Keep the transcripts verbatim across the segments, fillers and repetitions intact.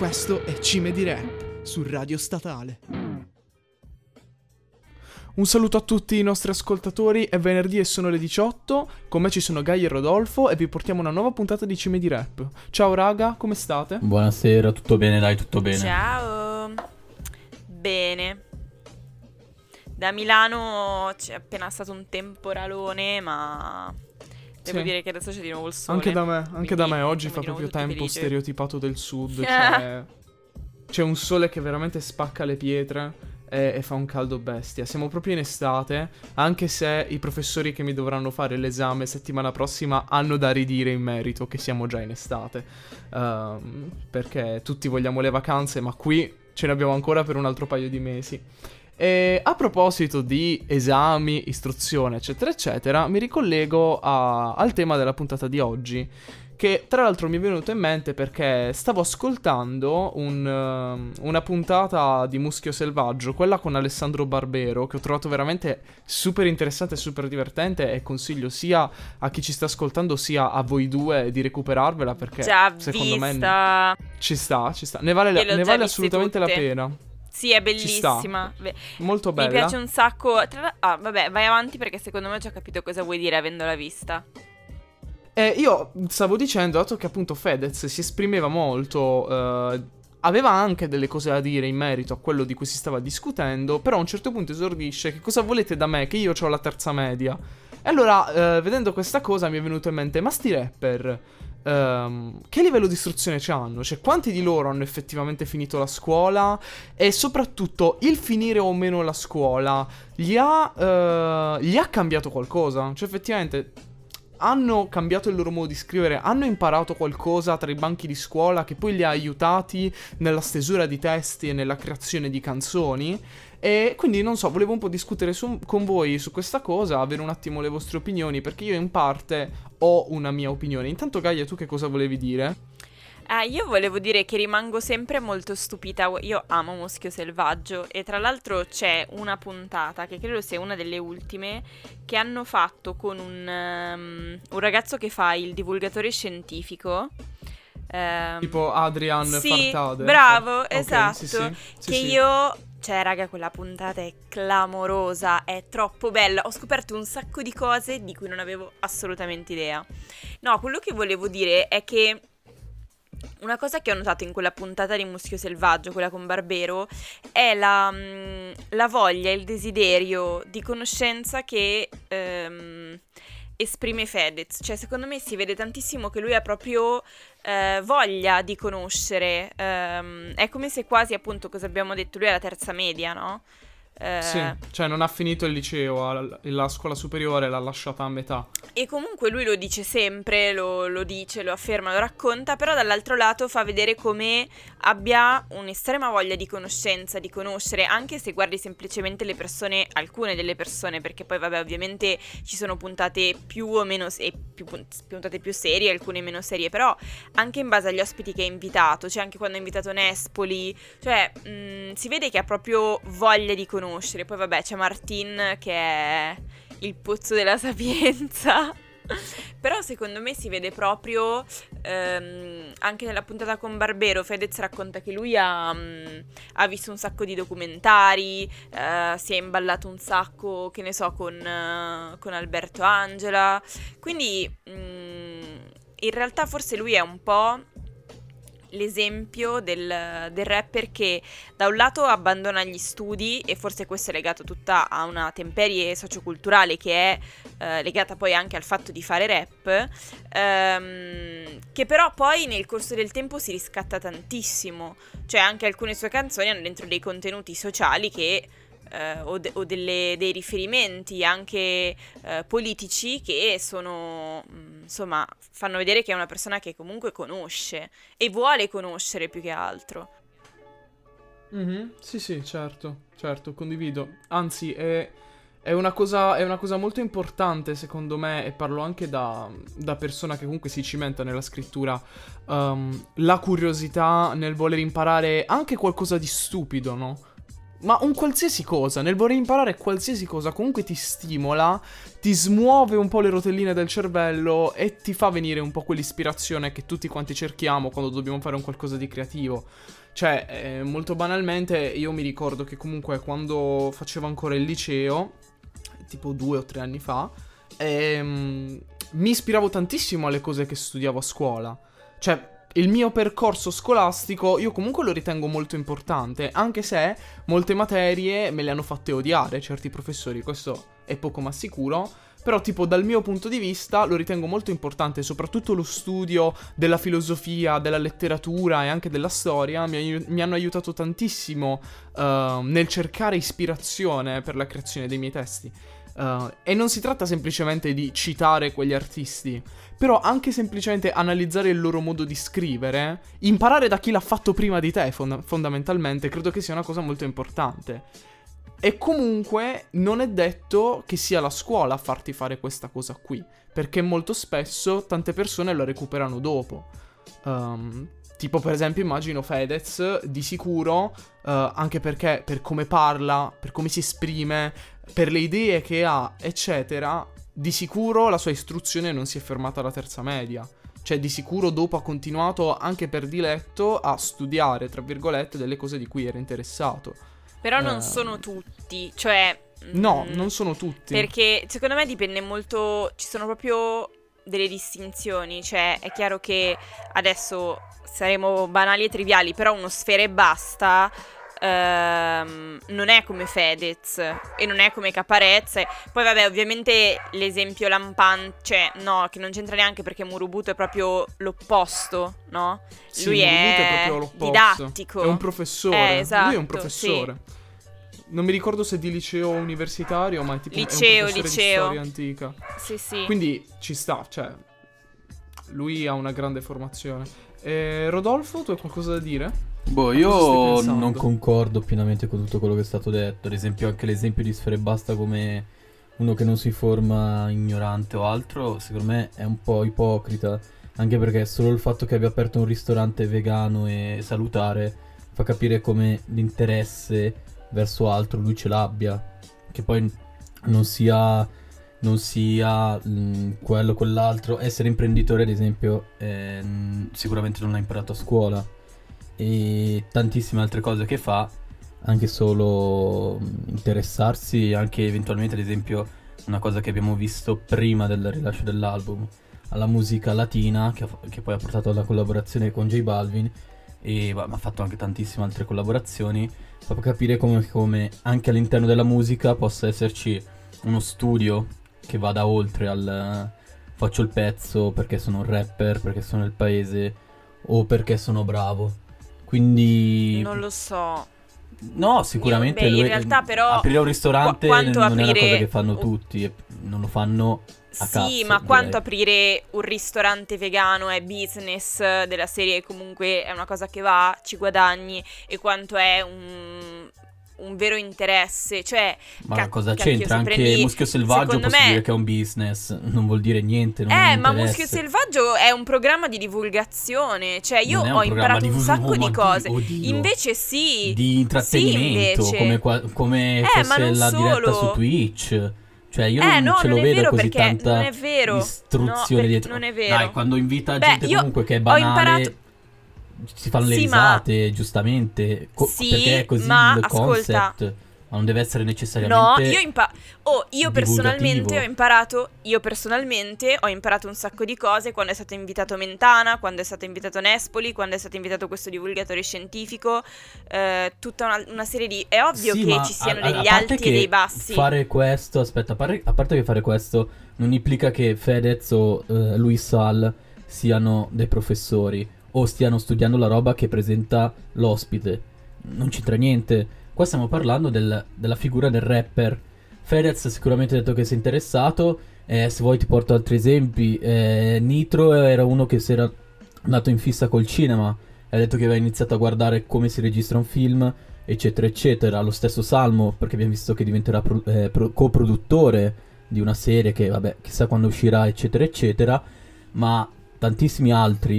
Questo è Cime di Rap su Radio Statale. Un saluto a tutti i nostri ascoltatori, è venerdì e sono le diciotto, con me ci sono Gaia e Rodolfo e vi portiamo una nuova puntata di Cime di Rap. Ciao raga, come state? Buonasera, tutto bene, dai, tutto bene. Ciao. Bene. Da Milano c'è appena stato un temporalone, ma devo Sì. dire che adesso c'è di nuovo il sole. Anche da me, anche quindi da me oggi siamo fa di nuovo proprio tutti tempo felici. stereotipato del sud, cioè c'è un sole che veramente spacca le pietre e, e fa un caldo bestia. Siamo proprio in estate, anche se i professori che mi dovranno fare l'esame settimana prossima hanno da ridire in merito che siamo già in estate, Ehm, perché tutti vogliamo le vacanze, ma qui ce ne abbiamo ancora per un altro paio di mesi. E a proposito di esami, istruzione, eccetera, eccetera, mi ricollego a- al tema della puntata di oggi, che tra l'altro mi è venuto in mente perché stavo ascoltando un, ehm, una puntata di Muschio Selvaggio, quella con Alessandro Barbero, che ho trovato veramente super interessante e super divertente, e consiglio sia a chi ci sta ascoltando sia a voi due di recuperarvela, perché Già secondo me vista. ci sta, ci sta, ne vale, la- Io le ho ne già vale viste assolutamente la tutte. pena. Sì, è Ci sta. bellissima. Beh, Molto mi bella. piace un sacco. Tra l'al- Ah, vabbè, vai avanti perché secondo me ho già capito cosa vuoi dire avendola vista. E io stavo dicendo, dato che appunto Fedez si esprimeva molto, eh, aveva anche delle cose da dire in merito a quello di cui si stava discutendo, però a un certo punto esordisce: che cosa volete da me, che io ho la terza media? E allora, eh, vedendo questa cosa mi è venuto in mente, ma sti rapper, ehm, che livello di istruzione c'hanno? Cioè, quanti di loro hanno effettivamente finito la scuola? E soprattutto, il finire o meno la scuola gli ha, eh, gli ha cambiato qualcosa? Cioè, effettivamente hanno cambiato il loro modo di scrivere, hanno imparato qualcosa tra i banchi di scuola che poi li ha aiutati nella stesura di testi e nella creazione di canzoni. E quindi non so, volevo un po' discutere su- con voi su questa cosa, avere un attimo le vostre opinioni, perché io in parte ho una mia opinione. Intanto Gaia, tu che cosa volevi dire? Ah, io volevo dire che rimango sempre molto stupita. Io amo Muschio Selvaggio e tra l'altro c'è una puntata che credo sia una delle ultime che hanno fatto con un, um, un ragazzo che fa il divulgatore scientifico. Ehm, Tipo Adrian sì, Fartade? bravo, Ok, esatto. sì, sì, sì, Che sì. io, cioè raga, quella puntata è clamorosa, è troppo bella. Ho scoperto un sacco di cose di cui non avevo assolutamente idea. No, quello che volevo dire è che una cosa che ho notato in quella puntata di Muschio Selvaggio, quella con Barbero, è la, mm, la voglia, il desiderio di conoscenza che ehm, esprime Fedez. Cioè, secondo me si vede tantissimo che lui ha proprio eh, voglia di conoscere. Ehm, è come se quasi, appunto, cosa abbiamo detto, lui è la terza media, no? Eh, Sì, cioè non ha finito il liceo, ha- la scuola superiore l'ha lasciata a metà. E comunque lui lo dice sempre, lo, lo dice, lo afferma, lo racconta, però dall'altro lato fa vedere come abbia un'estrema voglia di conoscenza, di conoscere, anche se guardi semplicemente le persone, alcune delle persone, perché poi vabbè ovviamente ci sono puntate più o meno, e più pun- puntate più serie, alcune meno serie, però anche in base agli ospiti che ha invitato, cioè anche quando ha invitato Nespoli, cioè mh, si vede che ha proprio voglia di conoscere. Poi vabbè c'è Martin che è il pozzo della sapienza. Però secondo me si vede proprio ehm, anche nella puntata con Barbero. Fedez racconta che lui ha, mm, ha visto un sacco di documentari, eh, si è imballato un sacco, che ne so, con, eh, con Alberto Angela. Quindi mm, in realtà forse lui è un po' l'esempio del, del rapper che da un lato abbandona gli studi, e forse questo è legato tutta a una temperie socioculturale che è eh, legata poi anche al fatto di fare rap, ehm, che però poi nel corso del tempo si riscatta tantissimo, cioè anche alcune sue canzoni hanno dentro dei contenuti sociali che eh, o, de- o delle- dei riferimenti anche eh, politici che sono, mh, insomma, fanno vedere che è una persona che comunque conosce e vuole conoscere più che altro. Mhm, sì, sì, certo, certo, condivido. Anzi, è, è una cosa, è una cosa molto importante secondo me, e parlo anche da, da persona che comunque si cimenta nella scrittura, um, la curiosità nel voler imparare anche qualcosa di stupido, no? ma un qualsiasi cosa, nel voler imparare qualsiasi cosa, comunque ti stimola, ti smuove un po' le rotelline del cervello e ti fa venire un po' quell'ispirazione che tutti quanti cerchiamo quando dobbiamo fare un qualcosa di creativo. Cioè, eh, molto banalmente, io mi ricordo che comunque quando facevo ancora il liceo, tipo due o tre anni fa, ehm, mi ispiravo tantissimo alle cose che studiavo a scuola. Cioè, il mio percorso scolastico io comunque lo ritengo molto importante, anche se molte materie me le hanno fatte odiare certi professori, questo è poco ma sicuro, però tipo dal mio punto di vista lo ritengo molto importante, soprattutto lo studio della filosofia, della letteratura e anche della storia mi, ai- mi hanno aiutato tantissimo uh, nel cercare ispirazione per la creazione dei miei testi. Uh, e non si tratta semplicemente di citare quegli artisti, però anche semplicemente analizzare il loro modo di scrivere, imparare da chi l'ha fatto prima di te, fond- fondamentalmente, credo che sia una cosa molto importante. E comunque non è detto che sia la scuola a farti fare questa cosa qui, perché molto spesso tante persone la recuperano dopo. Um, tipo per esempio immagino Fedez, di sicuro, uh, anche perché per come parla, per come si esprime, per le idee che ha, eccetera, di sicuro la sua istruzione non si è fermata alla terza media. Cioè di sicuro dopo ha continuato anche per diletto a studiare, tra virgolette, delle cose di cui era interessato. Però non Eh, sono tutti, cioè... No, mm, non sono tutti. Perché secondo me dipende molto, ci sono proprio delle distinzioni, cioè è chiaro che adesso saremo banali e triviali, però uno Sfera Ebbasta ehm, non è come Fedez e non è come Caparezza. E poi vabbè, ovviamente l'esempio lampante, cioè no, che non c'entra neanche perché Murubuto è proprio l'opposto, no? Sì, Lui Murubuto è, è proprio l'opposto. didattico. È un professore. Eh, esatto, Lui è un professore. Non mi ricordo se di liceo universitario, ma è tipo Liceo, è un professore liceo. di storia antica. Sì, sì. Quindi ci sta, cioè lui ha una grande formazione. E Rodolfo, tu hai qualcosa da dire? Boh, A cosa stai io pensando? non concordo pienamente con tutto quello che è stato detto. Ad esempio, anche l'esempio di Sfera Ebbasta come uno che non si forma ignorante o altro, secondo me è un po' ipocrita. Anche perché solo il fatto che abbia aperto un ristorante vegano e salutare fa capire come l'interesse verso altro lui ce l'abbia. Che poi non sia, non sia mh, quello o quell'altro. Essere imprenditore, ad esempio, eh, mh, sicuramente non l'ha imparato a scuola. E tantissime altre cose che fa, anche solo mh, interessarsi, anche eventualmente, ad esempio, una cosa che abbiamo visto prima del rilascio dell'album, alla musica latina, che, ha- che poi ha portato alla collaborazione con J Balvin, e ma ha fatto anche tantissime altre collaborazioni. Fa capire come, come anche all'interno della musica possa esserci uno studio che vada oltre al faccio il pezzo perché sono un rapper, perché sono del paese o perché sono bravo. Quindi Non lo so. no, sicuramente Io- beh, in lui- realtà però aprire un ristorante qua- quanto non è una aprire cosa che fanno un- tutti, e non lo fanno a Sì, cazzo, ma quanto direi. aprire un ristorante vegano è business della serie, comunque è una cosa che va, ci guadagni, e quanto è un, un vero interesse, cioè... Ma ca- cosa cacchio, c'entra? se Anche prendi- Muschio Selvaggio secondo posso me- dire che è un business, non vuol dire niente, non è Eh, un ma interesse. Muschio Selvaggio è un programma di divulgazione, cioè io Non è un ho programma imparato di un vu- sacco oh, di ma di- cose, oddio. invece sì, Di intrattenimento, sì, invece. come, qua- come Eh, ma fosse non la diretta solo. su Twitch. Cioè io Eh, non no, ce non lo è vedo vero così perché tanta non è vero. istruzione No, perché dietro. non è vero. Dai, quando invita Beh, gente io comunque che è ho banale, imparato- si fanno le Sì, ma- risate, giustamente, co- Sì, perché è così ma il ascolta. concept, ma non deve essere No, necessariamente io, impa- oh, io personalmente divulgativo. ho imparato, io personalmente ho imparato un sacco di cose quando è stato invitato Mentana, quando è stato invitato Nespoli, quando è stato invitato questo divulgatore scientifico, eh, tutta una, una serie di... È ovvio Sì, che ma ci siano a- a degli parte alti e che dei bassi. Fare questo, aspetta, a, par- a parte che fare questo non implica che Fedez o eh, Luis Sal siano dei professori o stiano studiando la roba che presenta l'ospite. Non c'entra niente. Qua stiamo parlando del- della figura del rapper. Fedez ha sicuramente detto che si è interessato. eh, se vuoi ti porto altri esempi. eh, Nitro era uno che si era andato in fissa col cinema. Ha detto che aveva iniziato a guardare come si registra un film, eccetera eccetera. Lo stesso Salmo, perché abbiamo visto che diventerà pro- eh, pro- coproduttore di una serie che vabbè chissà quando uscirà, eccetera eccetera. Ma tantissimi altri.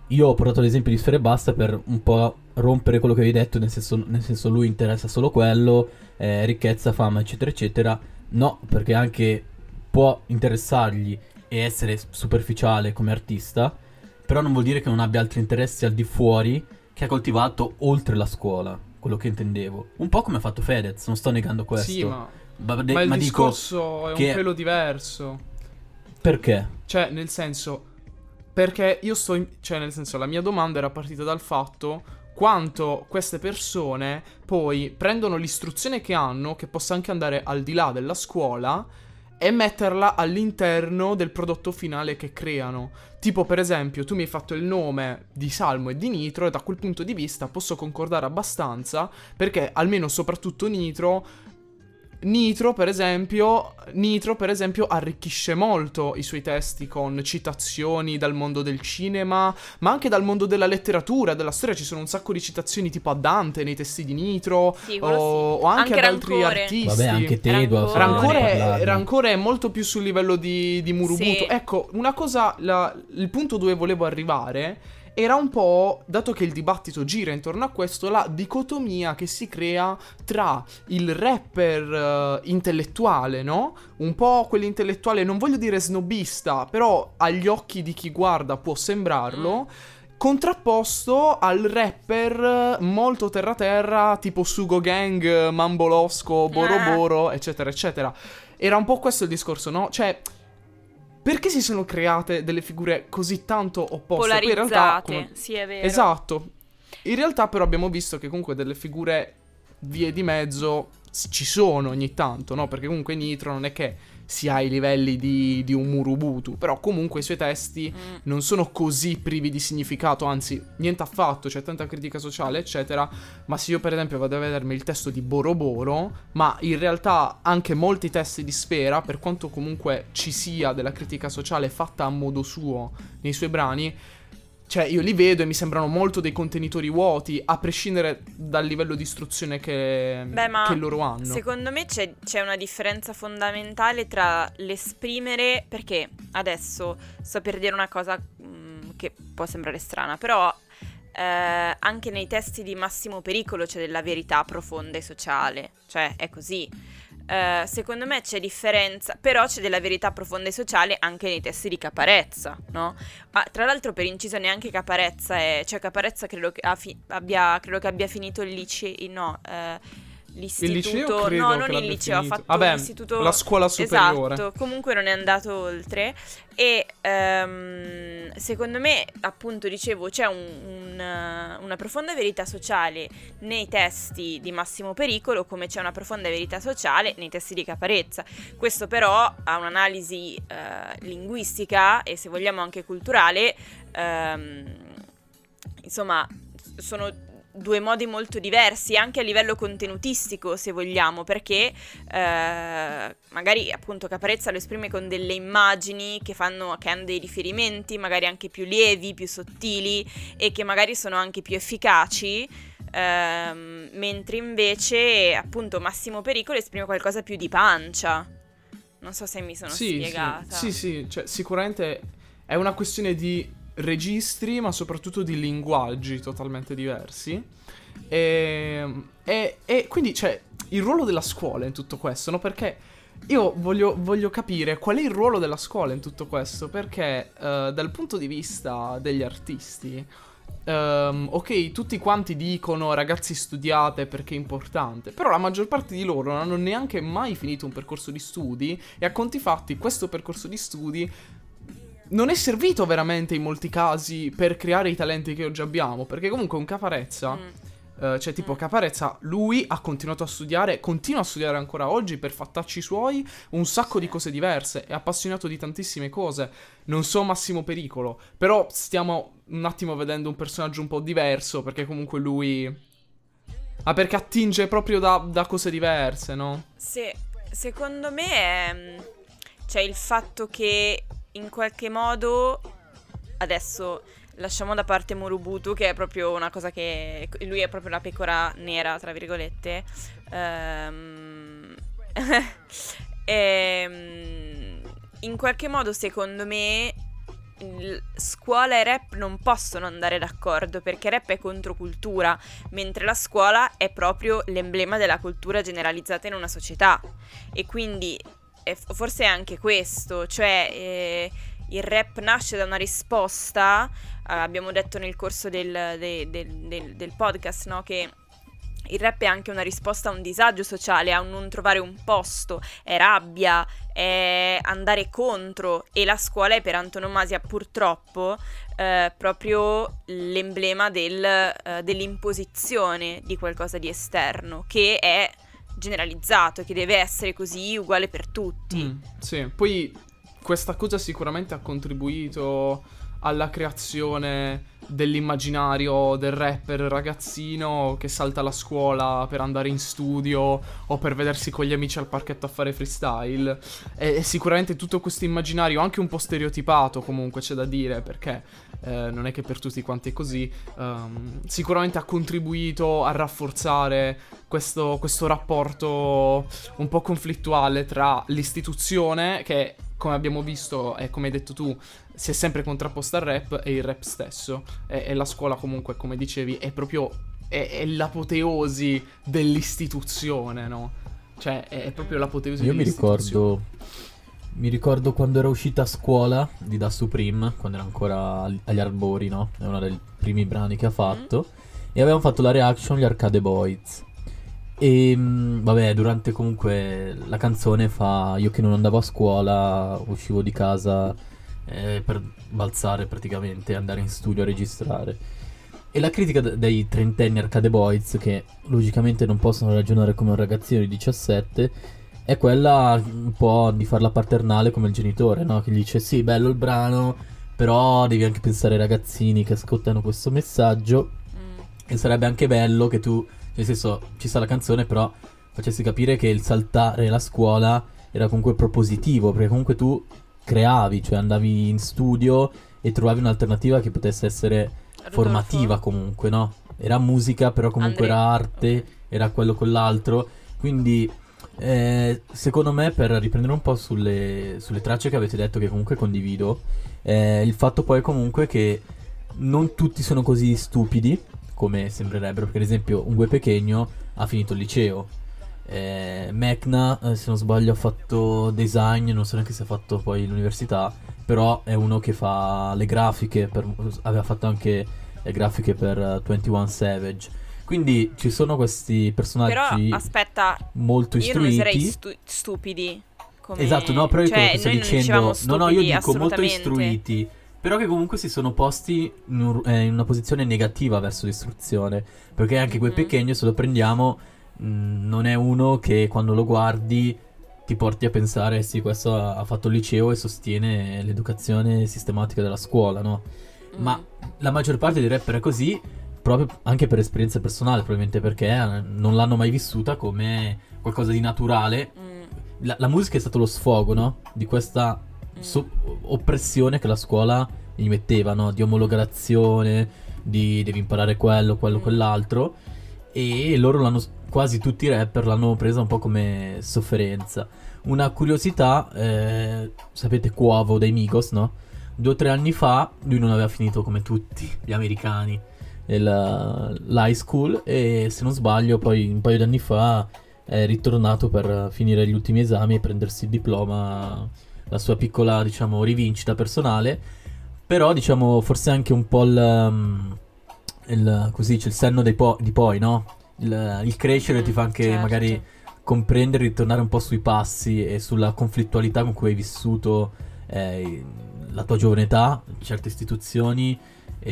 io ho portato l'esempio di Sfera Ebbasta per un po' rompere quello che avevi detto, nel senso, nel senso lui interessa solo quello, eh, ricchezza, fama, eccetera, eccetera. No, perché anche può interessargli e essere superficiale come artista, però non vuol dire che non abbia altri interessi al di fuori che ha coltivato oltre la scuola, quello che intendevo. Un po' come ha fatto Fedez, non sto negando questo. Sì, ma, ma, de- ma il ma dico discorso è che- un pelo diverso. perché? Cioè, nel senso, perché io sto in- cioè, nel senso, la mia domanda era partita dal fatto quanto queste persone poi prendono l'istruzione che hanno, che possa anche andare al di là della scuola, e metterla all'interno del prodotto finale che creano. Tipo, per esempio, tu mi hai fatto il nome di Salmo e di Nitro, e da quel punto di vista posso concordare abbastanza, perché almeno soprattutto Nitro Nitro, per esempio, Nitro, per esempio, arricchisce molto i suoi testi con citazioni dal mondo del cinema, ma anche dal mondo della letteratura, della storia. Ci sono un sacco di citazioni tipo a Dante nei testi di Nitro, Sì, o, quello sì. o anche, Anche ad altri Rancore. artisti. Vabbè, anche Tedua. Rancore. se Rancore vogliamo è, parlarne. Rancore è molto più sul livello di, di Murubutu. Sì. Ecco, una cosa, la- il punto dove volevo arrivare era un po', dato che il dibattito gira intorno a questo, la dicotomia che si crea tra il rapper eh, intellettuale, no? Un po' quell'intellettuale, non voglio dire snobista, però agli occhi di chi guarda può sembrarlo, contrapposto al rapper molto terra terra, tipo Sugo Gang, Mambolosco, Boro Ah. Boro, eccetera, eccetera. Era un po' questo il discorso, no? Cioè, perché si sono create delle figure così tanto opposte? Poi in realtà, Polarizzate, come- sì, è vero. Esatto. In realtà però abbiamo visto che comunque delle figure vie di mezzo s- ci sono ogni tanto, no? Perché comunque Nitro non è che sia ai livelli di, di un Murubutu, però comunque i suoi testi Mm. non sono così privi di significato, anzi niente affatto, c'è tanta critica sociale eccetera, ma se io per esempio vado a vedermi il testo di Boro Boro, ma in realtà anche molti testi di Sfera, per quanto comunque ci sia della critica sociale fatta a modo suo nei suoi brani, cioè io li vedo e mi sembrano molto dei contenitori vuoti, a prescindere dal livello di istruzione che, Beh, ma che loro hanno. secondo me c'è, c'è una differenza fondamentale tra l'esprimere, perché adesso sto per dire una cosa mh, che può sembrare strana, però eh, anche nei testi di Massimo Pericolo c'è della verità profonda e sociale, cioè è così. Eh, secondo me c'è differenza, però c'è della verità profonda e sociale anche nei testi di Caparezza, no? Ah, tra l'altro, per inciso, neanche Caparezza è, cioè Caparezza credo che, ha fi- abbia, credo che abbia finito il liceo, no, eh, l'istituto, Il liceo credo no, che non il l'abbia liceo, finito. ha fatto Vabbè, l'istituto, la scuola superiore. esatto, comunque non è andato oltre. E ehm, secondo me, appunto, dicevo, c'è un, un, una profonda verità sociale nei testi di Massimo Pericolo, come c'è una profonda verità sociale nei testi di Caparezza. Questo però ha un'analisi eh, linguistica e, se vogliamo, anche culturale. ehm, insomma, sono due modi molto diversi, anche a livello contenutistico, se vogliamo, perché eh, magari appunto Caparezza lo esprime con delle immagini che fanno, che hanno dei riferimenti magari anche più lievi, più sottili, e che magari sono anche più efficaci, ehm, mentre invece appunto Massimo Pericolo esprime qualcosa più di pancia. Non so se mi sono Sì, spiegata. Sì, sì, sì, cioè sicuramente è una questione di registri, ma soprattutto di linguaggi totalmente diversi. E, e, e quindi c'è il ruolo della scuola in tutto questo, no? Perché io voglio, voglio capire qual è il ruolo della scuola in tutto questo, perché eh, dal punto di vista degli artisti, ehm, ok, tutti quanti dicono ragazzi studiate perché è importante, però la maggior parte di loro non hanno neanche mai finito un percorso di studi, e a conti fatti questo percorso di studi non è servito veramente in molti casi per creare i talenti che oggi abbiamo, perché comunque un Caparezza, Mm. eh, cioè tipo Mm. Caparezza, lui ha continuato a studiare, continua a studiare ancora oggi per fattacci suoi un sacco di cose diverse, è appassionato di tantissime cose. Non so Massimo Pericolo, però stiamo un attimo vedendo un personaggio un po' diverso, perché comunque lui... Ah, perché attinge proprio da, da cose diverse, no? Se, secondo me è, c'è il fatto che in qualche modo, adesso lasciamo da parte Murubutu, che è proprio una cosa che lui è proprio la pecora nera, tra virgolette, ehm, ehm, in qualche modo secondo me il- scuola e rap non possono andare d'accordo, perché rap è controcultura, mentre la scuola è proprio l'emblema della cultura generalizzata in una società. E quindi è- forse è anche questo, cioè eh, il rap nasce da una risposta, eh, abbiamo detto nel corso del, de- del- del- del podcast, no, che il rap è anche una risposta a un disagio sociale, a un non trovare un posto, è rabbia, è andare contro, e la scuola è per antonomasia purtroppo eh, proprio l'emblema del, eh, dell'imposizione di qualcosa di esterno, che è generalizzato, che deve essere così uguale per tutti. Mm, sì, poi questa cosa sicuramente ha contribuito alla creazione dell'immaginario del rapper ragazzino che salta la scuola per andare in studio o per vedersi con gli amici al parchetto a fare freestyle. E, e sicuramente tutto questo immaginario, anche un po' stereotipato comunque c'è da dire, perché eh, non è che per tutti quanti è così, ehm, sicuramente ha contribuito a rafforzare questo, questo rapporto un po' conflittuale tra l'istituzione, che come abbiamo visto e come hai detto tu si è sempre contrapposta al rap, e il rap stesso, e, e la scuola comunque, come dicevi, è proprio è, è l'apoteosi dell'istituzione, no? Cioè è, è proprio l'apoteosi Io mi dell'istituzione. ricordo Mi ricordo quando era uscita a scuola di Da Supreme, quando era ancora agli agli albori, no? È uno dei primi brani che ha fatto. E avevamo fatto la reaction gli Arcade Boys. E mh, vabbè, durante comunque la canzone fa: io che non andavo a scuola, uscivo di casa eh, per balzare praticamente e andare in studio a registrare. E la critica d- dei trentenni Arcade Boys, che logicamente non possono ragionare come un ragazzino di diciassette, è quella un po' di farla paternale come il genitore, no? Che gli dice: sì, bello il brano, però devi anche pensare ai ragazzini che ascoltano questo messaggio. Mm. E sarebbe anche bello che tu, nel senso, ci sta la canzone, però facessi capire che il saltare la scuola era comunque propositivo, perché comunque tu creavi, cioè andavi in studio e trovavi un'alternativa che potesse essere Rodolfo? formativa comunque, no? Era musica, però comunque Andre? era arte, era quello con l'altro. Quindi, eh, secondo me, per riprendere un po' sulle, sulle tracce che avete detto, che comunque condivido, eh, il fatto poi comunque che non tutti sono così stupidi come sembrerebbero, perché ad esempio un Gue Pequeno ha finito il liceo, eh, Mecna eh, se non sbaglio ha fatto design, non so neanche se ha fatto poi l'università, però è uno che fa le grafiche per, aveva fatto anche le grafiche per uh, ventuno Savage. Quindi ci sono questi Però personaggi aspetta, molto io non userei istruiti. stu- stupidi come... Esatto, no, però io quello cioè, che sto noi non dicendo, dicevamo no, no, io stupidi, dico molto assolutamente. istruiti, però che comunque si sono posti in, un- eh, in una posizione negativa verso l'istruzione, perché anche quel Mhm. Pequeno, se lo prendiamo, mh, non è uno che quando lo guardi ti porti a pensare: sì, questo ha, ha fatto il liceo e sostiene l'educazione sistematica della scuola, no? Mm. Ma la maggior parte dei rapper è così, proprio anche per esperienza personale, probabilmente perché eh, non l'hanno mai vissuta come qualcosa di naturale. Mm. La, la musica è stato lo sfogo, no? Di questa so- oppressione che la scuola gli metteva, no? Di omologazione, di devi imparare quello, quello, Mm. quell'altro. E loro l'hanno, quasi tutti i rapper l'hanno presa un po' come sofferenza. Una curiosità, eh, sapete Quavo dei Migos, no? Due o tre anni fa lui non aveva finito come tutti gli americani il- l'high school, e se non sbaglio poi un paio di anni fa è ritornato per finire gli ultimi esami e prendersi il diploma, la sua piccola, diciamo, rivincita personale. Però, diciamo, forse anche un po' il, um, il così dice, il senno dei po- di poi, no? Il, il crescere Mm, ti fa anche certo. magari comprendere, ritornare un po' sui passi e sulla conflittualità con cui hai vissuto eh, la tua giovane età, certe istituzioni e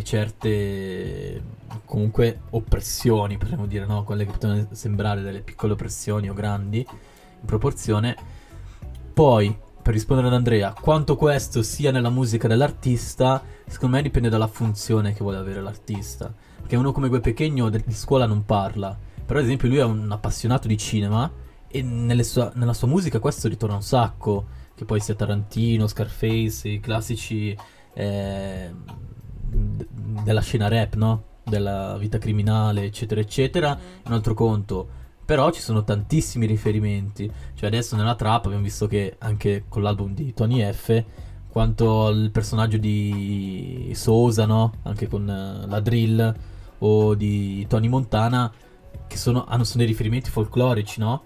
certe comunque oppressioni, potremmo dire, no? Quelle che potevano sembrare delle piccole oppressioni o grandi in proporzione. Poi, per rispondere ad Andrea, quanto questo sia nella musica dell'artista, secondo me dipende dalla funzione che vuole avere l'artista. Perché uno come Gue Pequeno de- di scuola non parla, però ad esempio lui è un appassionato di cinema e nelle sua- nella sua musica questo ritorna un sacco, che poi sia Tarantino, Scarface, i classici eh, d- della scena rap, no? Della vita criminale, eccetera, eccetera, è un altro conto. Però ci sono tantissimi riferimenti. Cioè adesso nella trap abbiamo visto che anche con l'album di Tony F quanto al personaggio di Sosa, no? Anche con uh, la drill, o di Tony Montana, che sono, hanno, sono dei riferimenti folclorici, no?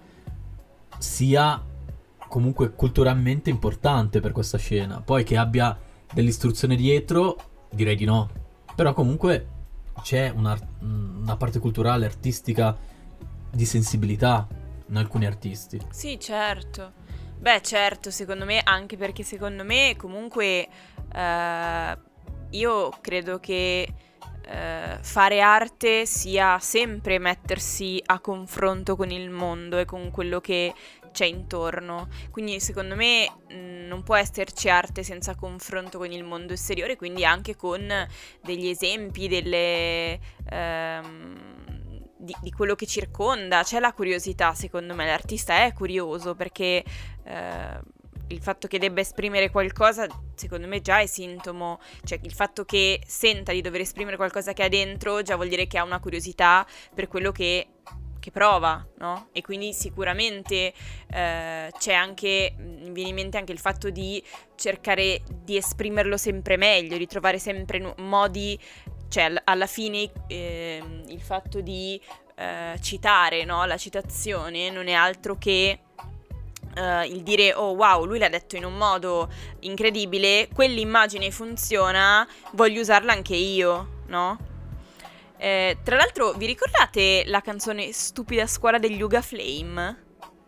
Sia comunque culturalmente importante per questa scena. Poi che abbia dell'istruzione dietro, direi di no. Però comunque c'è una, una parte culturale, artistica, di sensibilità in alcuni artisti. Sì, certo. Beh, certo, secondo me, anche perché secondo me comunque eh, io credo che eh, fare arte sia sempre mettersi a confronto con il mondo e con quello che c'è intorno. Quindi secondo me mh, non può esserci arte senza confronto con il mondo esteriore, quindi anche con degli esempi, delle... Ehm, Di, di quello che circonda. C'è la curiosità, secondo me l'artista è curioso, perché eh, il fatto che debba esprimere qualcosa secondo me già è sintomo, cioè il fatto che senta di dover esprimere qualcosa che ha dentro già vuol dire che ha una curiosità per quello che, che prova, no? E quindi sicuramente eh, c'è anche, mi viene in mente anche il fatto di cercare di esprimerlo sempre meglio, di trovare sempre nu- modi. Cioè, alla fine eh, il fatto di eh, citare, no? La citazione non è altro che eh, il dire oh wow, lui l'ha detto in un modo incredibile, quell'immagine funziona, voglio usarla anche io, no? Eh, tra l'altro, vi ricordate la canzone Stupida scuola degli Yuga Flame?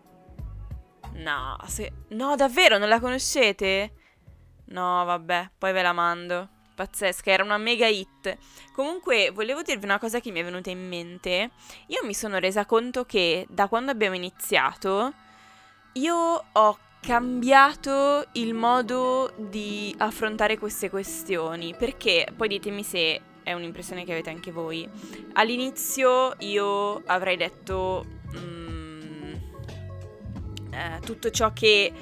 No, se... no, davvero, non la conoscete? No, vabbè, poi ve la mando. Pazzesca, era una mega hit. Comunque volevo dirvi una cosa che mi è venuta in mente. Io mi sono resa conto che da quando abbiamo iniziato io ho cambiato il modo di affrontare queste questioni, perché poi ditemi se è un'impressione che avete anche voi. All'inizio io avrei detto mm, eh, tutto ciò che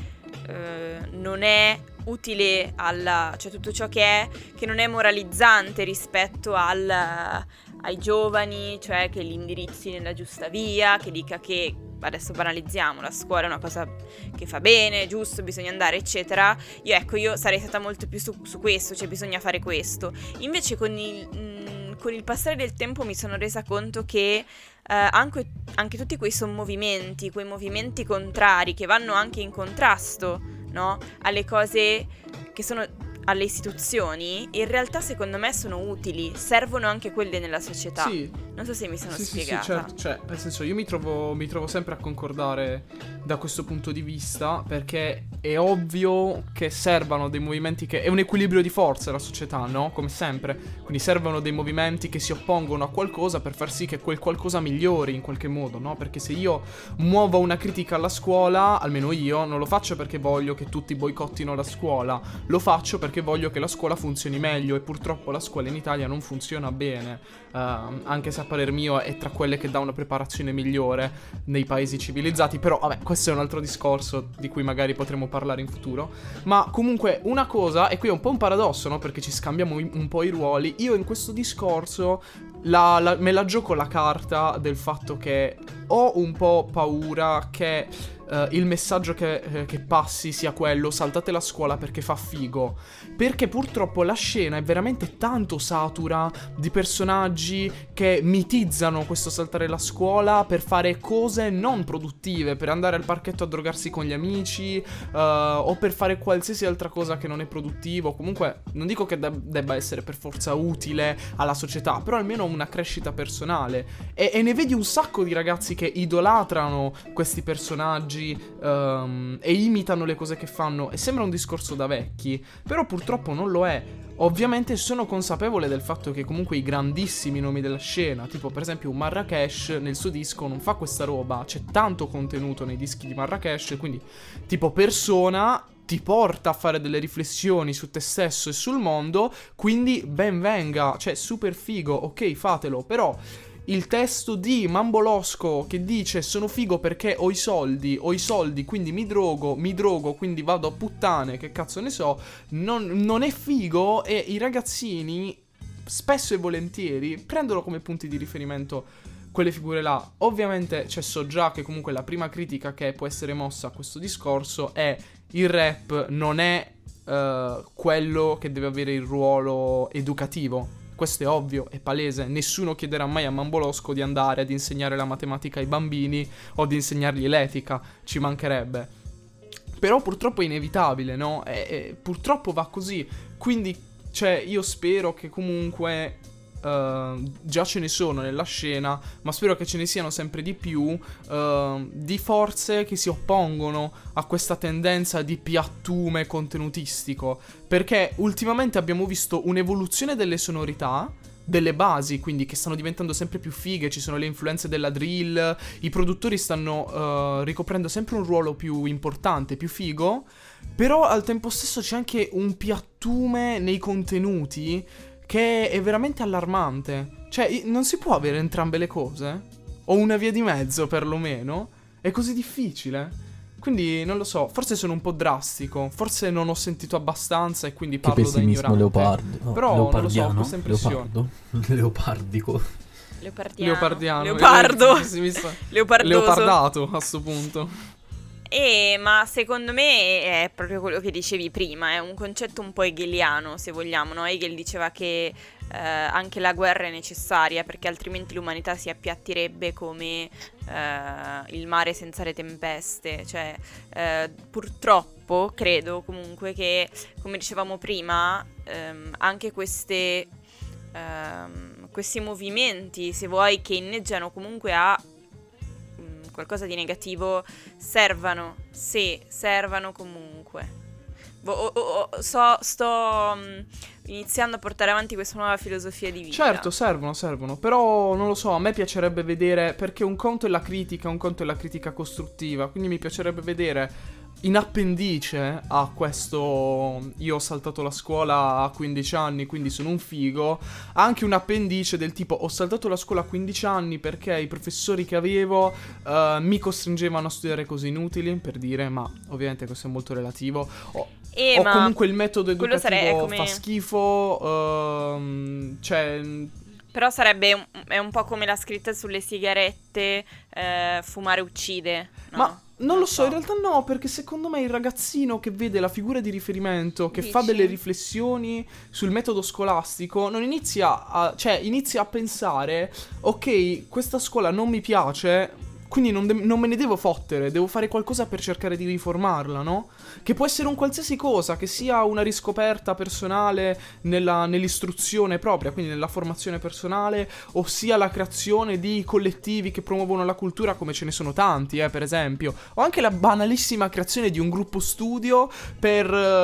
eh, non è utile alla, cioè tutto ciò che è che non è moralizzante rispetto al, ai giovani, cioè che li indirizzi nella giusta via, che dica che adesso banalizziamo, la scuola è una cosa che fa bene, giusto, bisogna andare eccetera. Io ecco, io sarei stata molto più su, su questo, cioè bisogna fare questo. Invece con il, mh, con il passare del tempo mi sono resa conto che eh, anche, anche tutti quei sommovimenti, quei movimenti contrari che vanno anche in contrasto, no? Alle cose che sono, alle istituzioni, in realtà secondo me sono utili, servono anche quelle nella società. Sì. Non so se mi sono Sì, sì, spiegata. sì, certo, cioè, nel senso, io mi trovo, mi trovo sempre a concordare da questo punto di vista, perché è ovvio che servano dei movimenti che... È un equilibrio di forze la società, no? Come sempre. Quindi servono dei movimenti che si oppongono a qualcosa per far sì che quel qualcosa migliori in qualche modo, no? Perché se io muovo una critica alla scuola, almeno io, non lo faccio perché voglio che tutti boicottino la scuola, lo faccio perché voglio che la scuola funzioni meglio, e purtroppo la scuola in Italia non funziona bene, uh, anche se a parer mio è tra quelle che dà una preparazione migliore nei paesi civilizzati. Però vabbè, questo è un altro discorso di cui magari potremo parlare in futuro. Ma comunque una cosa, e qui è un po' un paradosso, no? Perché ci scambiamo un po' i ruoli. Io in questo discorso la, la, me la gioco la carta del fatto che ho un po' paura che Uh, il messaggio che, eh, che passi sia quello: saltate la scuola perché fa figo. Perché purtroppo la scena è veramente tanto satura di personaggi che mitizzano questo saltare la scuola per fare cose non produttive, per andare al parchetto a drogarsi con gli amici, uh, o per fare qualsiasi altra cosa che non è produttivo. Comunque non dico che de- debba essere per forza utile alla società, però almeno una crescita personale. E, e ne vedi un sacco di ragazzi che idolatrano questi personaggi Um, e imitano le cose che fanno, e sembra un discorso da vecchi, però purtroppo non lo è. Ovviamente sono consapevole del fatto che comunque i grandissimi nomi della scena, tipo per esempio Marracash nel suo disco non fa questa roba, c'è tanto contenuto nei dischi di Marracash, quindi tipo persona ti porta a fare delle riflessioni su te stesso e sul mondo, quindi ben venga, cioè super figo, ok, fatelo. Però il testo di Mambolosco che dice sono figo perché ho i soldi, ho i soldi quindi mi drogo, mi drogo quindi vado a puttane, che cazzo ne so, non, non è figo, e i ragazzini spesso e volentieri prendono come punti di riferimento quelle figure là. Ovviamente cioè, so già che comunque la prima critica che può essere mossa a questo discorso è: il rap non è uh, quello che deve avere il ruolo educativo. Questo è ovvio, è palese. Nessuno chiederà mai a Mambolosco di andare ad insegnare la matematica ai bambini o di insegnargli l'etica, ci mancherebbe. Però purtroppo è inevitabile, no? E, e, purtroppo va così. Quindi, cioè, io spero che comunque uh, già ce ne sono nella scena, ma spero che ce ne siano sempre di più, uh, di forze che si oppongono a questa tendenza di piattume contenutistico. Perché ultimamente abbiamo visto un'evoluzione delle sonorità, delle basi, quindi che stanno diventando sempre più fighe, ci sono le influenze della drill, i produttori stanno uh, ricoprendo sempre un ruolo più importante, più figo, però al tempo stesso c'è anche un piattume nei contenuti che è veramente allarmante. Cioè, non si può avere entrambe le cose? O una via di mezzo, perlomeno? È così difficile? Quindi, non lo so, forse sono un po' drastico, forse non ho sentito abbastanza e quindi Che parlo da ignorante. leopardo. No, Però, non lo so, ho leopardiano? questa impressione. Leopardo? Leopardico. Leopardiano. Leopardiano. Leopardo. Eh, si mi sta- Leopardoso. Leopardato, a sto punto. Eh, ma secondo me è proprio quello che dicevi prima, è un concetto un po' hegeliano, se vogliamo, no? Hegel diceva che eh, anche la guerra è necessaria perché altrimenti l'umanità si appiattirebbe come eh, il mare senza le tempeste, cioè eh, purtroppo credo comunque che, come dicevamo prima, ehm, anche queste, ehm, questi movimenti, se vuoi, che inneggiano comunque a qualcosa di negativo, servano, sì, servano comunque. Vo- oh, oh, oh, so, sto um, iniziando a portare avanti questa nuova filosofia di vita. Certo, servono, servono. Però, non lo so, a me piacerebbe vedere, perché un conto è la critica, un conto è la critica costruttiva, quindi mi piacerebbe vedere in appendice a questo io ho saltato la scuola a quindici anni, quindi sono un figo, anche un appendice del tipo ho saltato la scuola a quindici anni perché i professori che avevo uh, mi costringevano a studiare cose inutili, per dire, ma ovviamente questo è molto relativo. O, eh, o ma comunque il metodo educativo sare- come... fa schifo, uh, cioè... Però sarebbe un, è un po' come la scritta sulle sigarette, eh, fumare uccide, no? Ma non lo so, in realtà no, perché secondo me il ragazzino che vede la figura di riferimento, che Dici? fa delle riflessioni sul metodo scolastico, non inizia a, cioè inizia a pensare, ok, questa scuola non mi piace, quindi non, de- non me ne devo fottere, devo fare qualcosa per cercare di riformarla, no? Che può essere un qualsiasi cosa, che sia una riscoperta personale nella, nell'istruzione propria, quindi nella formazione personale, o sia la creazione di collettivi che promuovono la cultura, come ce ne sono tanti, eh, per esempio, o anche la banalissima creazione di un gruppo studio per,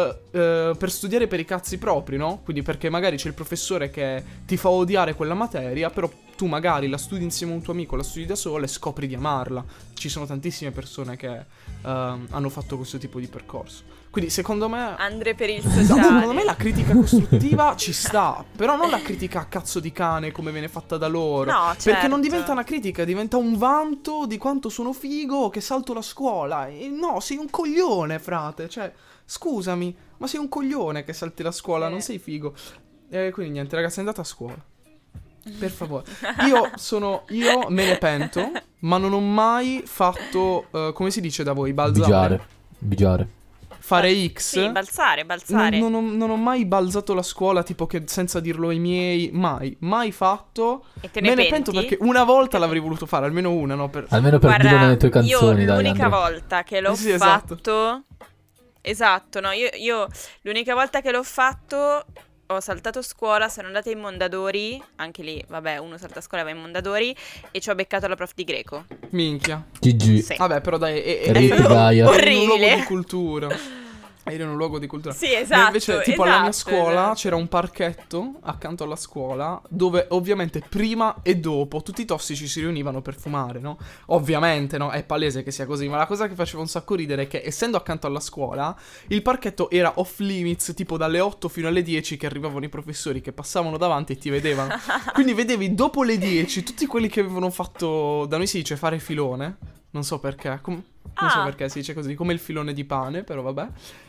eh, per studiare per i cazzi propri, no? Quindi perché magari c'è il professore che ti fa odiare quella materia, però tu magari la studi insieme a un tuo amico, la studi da sola e scopri di amarla. Ci sono tantissime persone che uh, hanno fatto questo tipo di percorso. Quindi secondo me Andre per il no, sociale. secondo me la critica costruttiva ci sta, però non la critica a cazzo di cane come viene fatta da loro. No, Perché certo. non diventa una critica, diventa un vanto di quanto sono figo che salto la scuola. E no, sei un coglione, frate. Cioè, scusami, ma sei un coglione che salti la scuola, Sì. non sei figo. E quindi niente, ragazzi, andate a scuola. Per favore. Io sono, io me ne pento, ma non ho mai fatto, uh, come si dice da voi, balzare. Bigiare. Bigiare. Fare X. Sì, balzare, balzare. Non, non ho, non ho mai balzato la scuola, tipo che senza dirlo ai miei, mai, mai fatto. E te ne Me ne penti? pento perché una volta l'avrei voluto fare, almeno una, no? Per... Almeno per Guarda, dirlo nelle tue canzoni, io dai, l'unica Andre. volta che l'ho Sì, esatto. fatto... Esatto, no, io, io l'unica volta che l'ho fatto... Ho saltato scuola, sono andata in Mondadori, anche lì, vabbè, uno salta scuola e va in Mondadori, e ci ho beccato la prof di greco. Minchia. G G. Sì. Vabbè, però dai, è, è, Rete è- Gaia. eri in un luogo Orribile. di cultura. Eri in un luogo di cultura. Sì, Ma esatto, invece, tipo, alla mia esatto, scuola esatto. c'era un parchetto accanto alla scuola dove ovviamente prima e dopo tutti i tossici si riunivano per fumare, no? Ovviamente, no? È palese che sia così, ma la cosa che faceva un sacco ridere è che, essendo accanto alla scuola, il parchetto era off limits, tipo dalle otto fino alle dieci, che arrivavano i professori che passavano davanti e ti vedevano. Quindi vedevi dopo le dieci tutti quelli che avevano fatto, da noi si dice fare filone, non so perché, com- non so Ah. perché si dice così, come il filone di pane, però vabbè.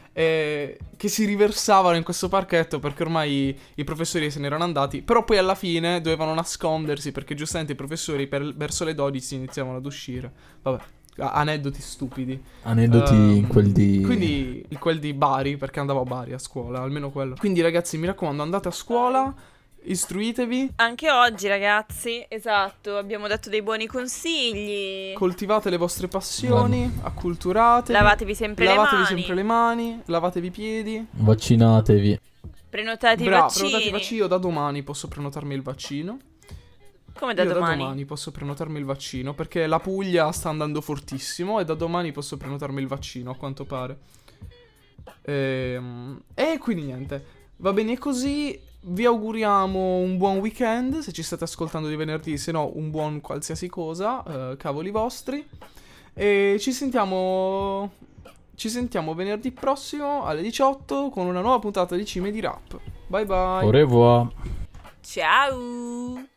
Eh, che si riversavano in questo parchetto perché ormai i professori se ne erano andati, però poi alla fine dovevano nascondersi perché giustamente i professori per, verso le dodici iniziavano ad uscire. Vabbè, a- aneddoti stupidi. Aneddoti Ehm, in quel di... Quindi in quel di Bari, perché andavo a Bari a scuola, almeno quello. Quindi ragazzi, mi raccomando, andate a scuola, istruitevi, Anche oggi, ragazzi, esatto, abbiamo dato dei buoni consigli. coltivate le vostre passioni, acculturatevi, Lavatevi sempre lavatevi le mani. sempre le mani, lavatevi i piedi. Vaccinatevi. Prenotate i Bravo, vaccini. prenotate i vaccini. Io da domani posso prenotarmi il vaccino. Come da Io domani? da domani posso prenotarmi il vaccino perché la Puglia sta andando fortissimo e da domani posso prenotarmi il vaccino, a quanto pare. Ehm, E, quindi niente. Va bene così. Vi auguriamo un buon weekend. Se ci state ascoltando di venerdì, se no un buon qualsiasi cosa. eh, cavoli vostri. E ci sentiamo. Ci sentiamo venerdì prossimo alle diciotto con una nuova puntata di Cime di Rap. Bye bye. Au revoir. Ciao.